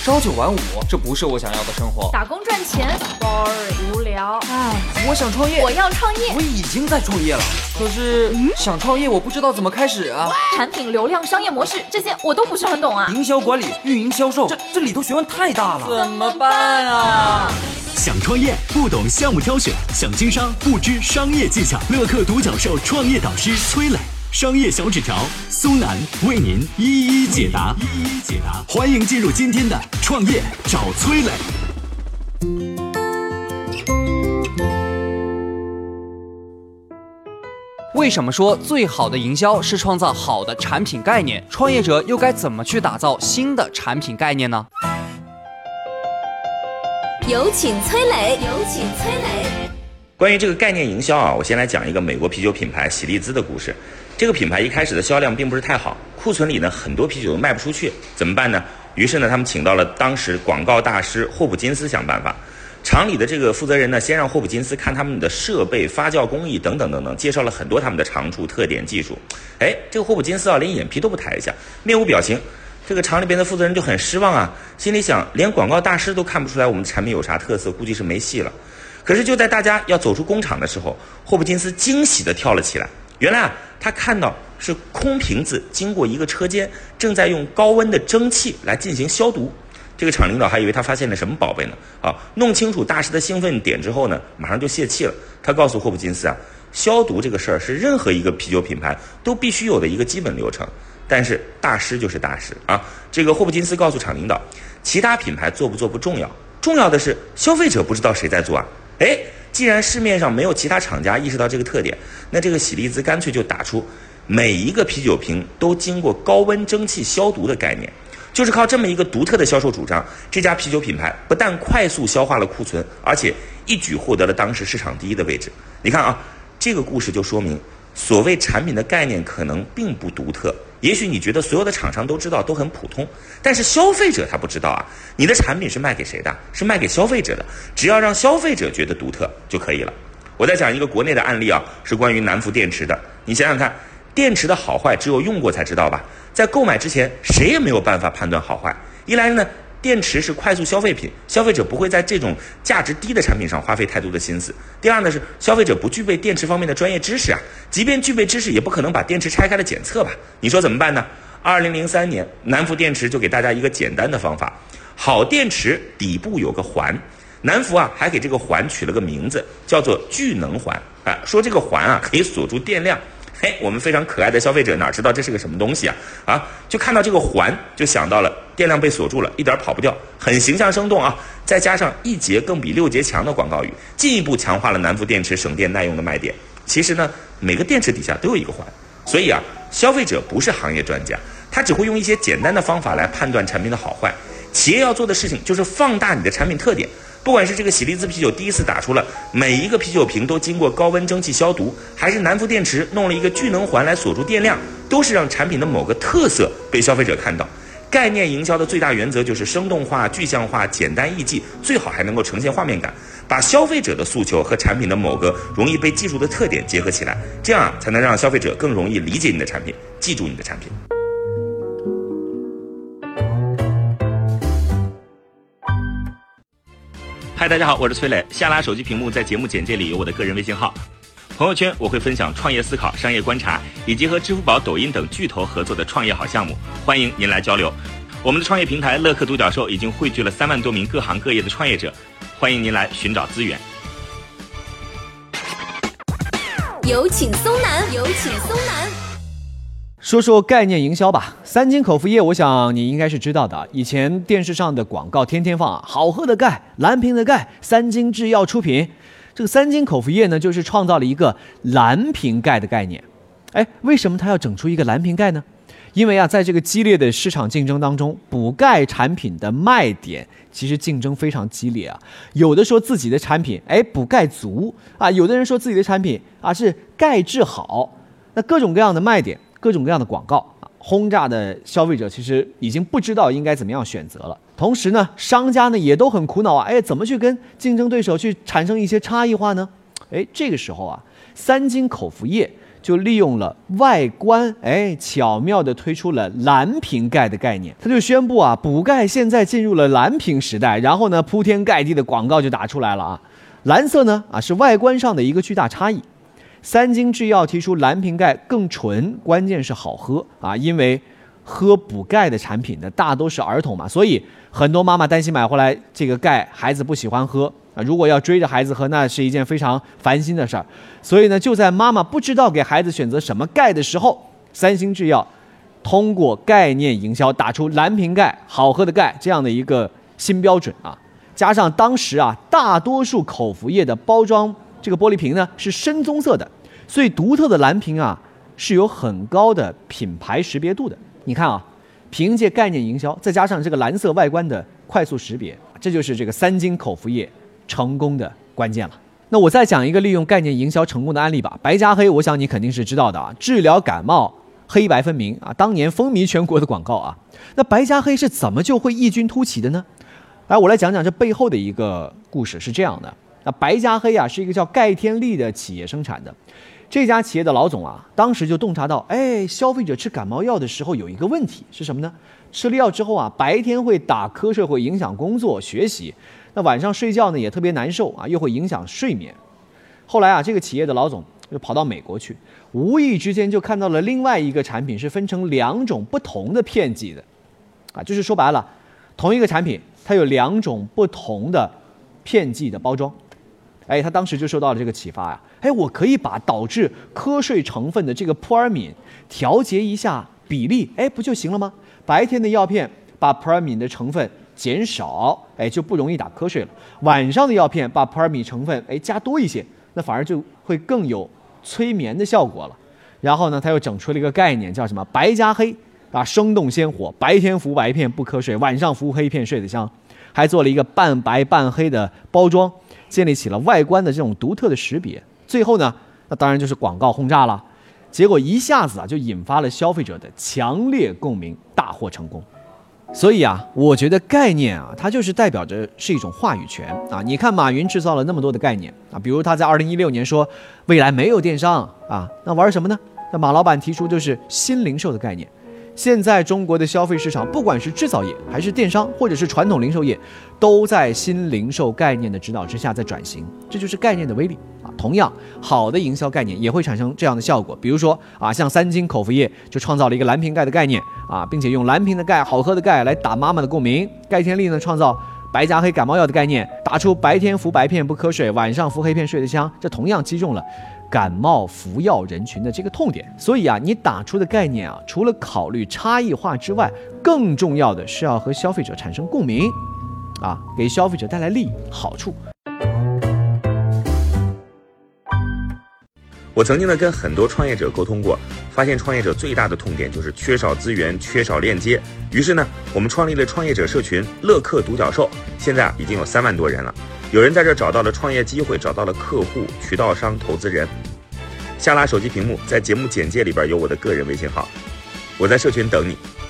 朝九晚五，这不是我想要的生活。 打工赚钱 ，boring 无聊。 我想创业， 我要创业。 我已经在创业了，可是想创业我不知道怎么开始啊。 产品、流量、商业模式这些我都不是很懂啊。 营销管理、运营、销售，这里头学问太大了，怎么办啊？ 想创业不懂项目挑选，想经商不知商业技巧。乐客独角兽创业导师崔磊，商业小纸条苏南为您一一解答。欢迎进入今天的创业找崔磊。 为什么说最好的营销是创造好的产品概念？创业者又该怎么去打造新的产品概念呢？ 有请崔磊。 关于这个概念营销啊，我先来讲一个美国啤酒品牌喜力滋的故事。这个品牌一开始的销量并不是太好，库存里呢很多啤酒都卖不出去，怎么办呢？于是呢，他们请到了当时广告大师霍普金斯想办法。厂里的这个负责人呢，先让霍普金斯看他们的设备、发酵工艺等等等等，介绍了很多他们的长处、特点、技术。这个霍普金斯啊，连眼皮都不抬一下，面无表情。这个厂里边的负责人就很失望啊，心里想，连广告大师都看不出来我们的产品有啥特色，估计是没戏了。可是就在大家要走出工厂的时候，霍普金斯惊喜地跳了起来。原来啊，他看到是空瓶子经过一个车间，正在用高温的蒸汽来进行消毒。这个厂领导还以为他发现了什么宝贝呢。弄清楚大师的兴奋点之后呢，马上就泄气了。他告诉霍普金斯啊，消毒这个事儿是任何一个啤酒品牌都必须有的一个基本流程。但是大师就是大师啊！这个霍普金斯告诉厂领导，其他品牌做不做不重要，重要的是消费者不知道谁在做啊！既然市面上没有其他厂家意识到这个特点，那这个喜力滋干脆就打出每一个啤酒瓶都经过高温蒸汽消毒的概念。就是靠这么一个独特的销售主张，这家啤酒品牌不但快速消化了库存，而且一举获得了当时市场第一的位置。你看啊，这个故事就说明，所谓产品的概念可能并不独特，也许你觉得所有的厂商都知道，都很普通，但是消费者他不知道啊。你的产品是卖给谁的？是卖给消费者的，只要让消费者觉得独特就可以了。我再讲一个国内的案例啊，是关于南孚电池的。你想想看，电池的好坏只有用过才知道吧？在购买之前，谁也没有办法判断好坏。一来呢，电池是快速消费品，消费者不会在这种价值低的产品上花费太多的心思。第二呢，是消费者不具备电池方面的专业知识啊，即便具备知识，也不可能把电池拆开了检测吧？你说怎么办呢？2003年，南孚电池就给大家一个简单的方法：好电池底部有个环，南孚啊还给这个环取了个名字，叫做聚能环。说这个环啊可以锁住电量。我们非常可爱的消费者哪知道这是个什么东西啊？就看到这个环，就想到了电量被锁住了，一点跑不掉，很形象生动啊！再加上1节更比6节强的广告语，进一步强化了南孚电池省电耐用的卖点。其实呢，每个电池底下都有一个环，所以啊，消费者不是行业专家，他只会用一些简单的方法来判断产品的好坏。企业要做的事情就是放大你的产品特点。不管是这个喜力滋啤酒第一次打出了每一个啤酒瓶都经过高温蒸汽消毒，还是南孚电池弄了一个聚能环来锁住电量，都是让产品的某个特色被消费者看到。概念营销的最大原则就是生动化、具象化、简单易记，最好还能够呈现画面感，把消费者的诉求和产品的某个容易被记住的特点结合起来，这样才能让消费者更容易理解你的产品，记住你的产品。嗨，大家好，我是崔磊。下拉手机屏幕，在节目简介里有我的个人微信号。朋友圈我会分享创业思考、商业观察，以及和支付宝、抖音等巨头合作的创业好项目，欢迎您来交流。我们的创业平台乐客独角兽已经汇聚了3万多名各行各业的创业者，欢迎您来寻找资源。 有请松南。 说说概念营销吧。三金口服液，我想你应该是知道的。以前电视上的广告天天放好喝的钙，蓝瓶的钙，三金制药出品。这个三金口服液呢，就是创造了一个蓝瓶钙的概念。为什么它要整出一个蓝瓶钙呢？因为在这个激烈的市场竞争当中，补钙产品的卖点其实竞争非常激烈啊。有的说自己的产品补钙足啊，有的人说自己的产品是钙质好，那各种各样的卖点，各种各样的广告，轰炸的消费者其实已经不知道应该怎么样选择了。同时呢，商家呢也都很苦恼怎么去跟竞争对手去产生一些差异化呢？这个时候三金口服液就利用了外观，巧妙地推出了蓝瓶盖的概念。他就宣布啊，补钙现在进入了蓝瓶时代。然后呢，铺天盖地的广告就打出来了啊。蓝色呢是外观上的一个巨大差异。三金制药提出蓝瓶盖更纯，关键是好喝啊，因为喝补钙的产品的大都是儿童嘛，所以很多妈妈担心买回来这个钙孩子不喜欢喝啊，如果要追着孩子喝，那是一件非常烦心的事儿。所以呢，就在妈妈不知道给孩子选择什么钙的时候，三星制药通过概念营销打出蓝瓶盖好喝的钙这样的一个新标准啊。加上当时啊，大多数口服液的包装这个玻璃瓶呢是深棕色的，所以独特的蓝瓶啊是有很高的品牌识别度的。你看啊，凭借概念营销，再加上这个蓝色外观的快速识别，这就是这个三金口服液成功的关键了。那我再讲一个利用概念营销成功的案例吧。白加黑，我想你肯定是知道的啊，治疗感冒黑白分明啊，当年风靡全国的广告啊。那白加黑是怎么就会异军突起的呢？我来讲讲这背后的一个故事。是这样的，那白加黑啊是一个叫盖天力的企业生产的。这家企业的老总啊，当时就洞察到，消费者吃感冒药的时候有一个问题是什么呢？吃了药之后啊，白天会打瞌睡，会影响工作学习，那晚上睡觉呢也特别难受啊，又会影响睡眠。后来啊，这个企业的老总就跑到美国去，无意之间就看到了另外一个产品是分成2种不同的片剂的，啊，就是说白了，同一个产品它有2种不同的片剂的包装。他当时就受到了这个启发呀，我可以把导致瞌睡成分的这个扑尔敏调节一下比例，不就行了吗？白天的药片把扑尔敏的成分减少，就不容易打瞌睡了。晚上的药片把扑尔敏成分加多一些，那反而就会更有催眠的效果了。然后呢，他又整出了一个概念，叫什么白加黑啊，生动鲜活，白天服白片不瞌睡，晚上服黑片睡得香。还做了一个半白半黑的包装，建立起了外观的这种独特的识别。最后呢，那当然就是广告轰炸了，结果一下子啊就引发了消费者的强烈共鸣，大获成功。所以啊，我觉得概念啊，它就是代表着是一种话语权啊。你看马云制造了那么多的概念啊，比如他在2016年说未来没有电商啊，那玩什么呢？那马老板提出就是新零售的概念。现在中国的消费市场，不管是制造业还是电商，或者是传统零售业，都在新零售概念的指导之下在转型，这就是概念的威力啊。同样，好的营销概念也会产生这样的效果。比如说啊，像三金口服液就创造了一个蓝瓶盖的概念啊，并且用蓝瓶的钙、好喝的钙来打妈妈的共鸣。盖天力呢创造白加黑感冒药的概念，打出白天服白片不瞌睡，晚上服黑片睡得香，这同样击中了感冒服药人群的这个痛点。所以啊，你打出的概念啊，除了考虑差异化之外，更重要的是要和消费者产生共鸣啊，给消费者带来利益好处。 我曾经呢跟很多创业者沟通过，发现创业者最大的痛点就是缺少资源，缺少链接。于是呢，我们创立了创业者社群乐客独角兽，现在已经有3万多人了。有人在这找到了创业机会，找到了客户、渠道商、投资人。下拉手机屏幕，在节目简介里边有我的个人微信号，我在社群等你。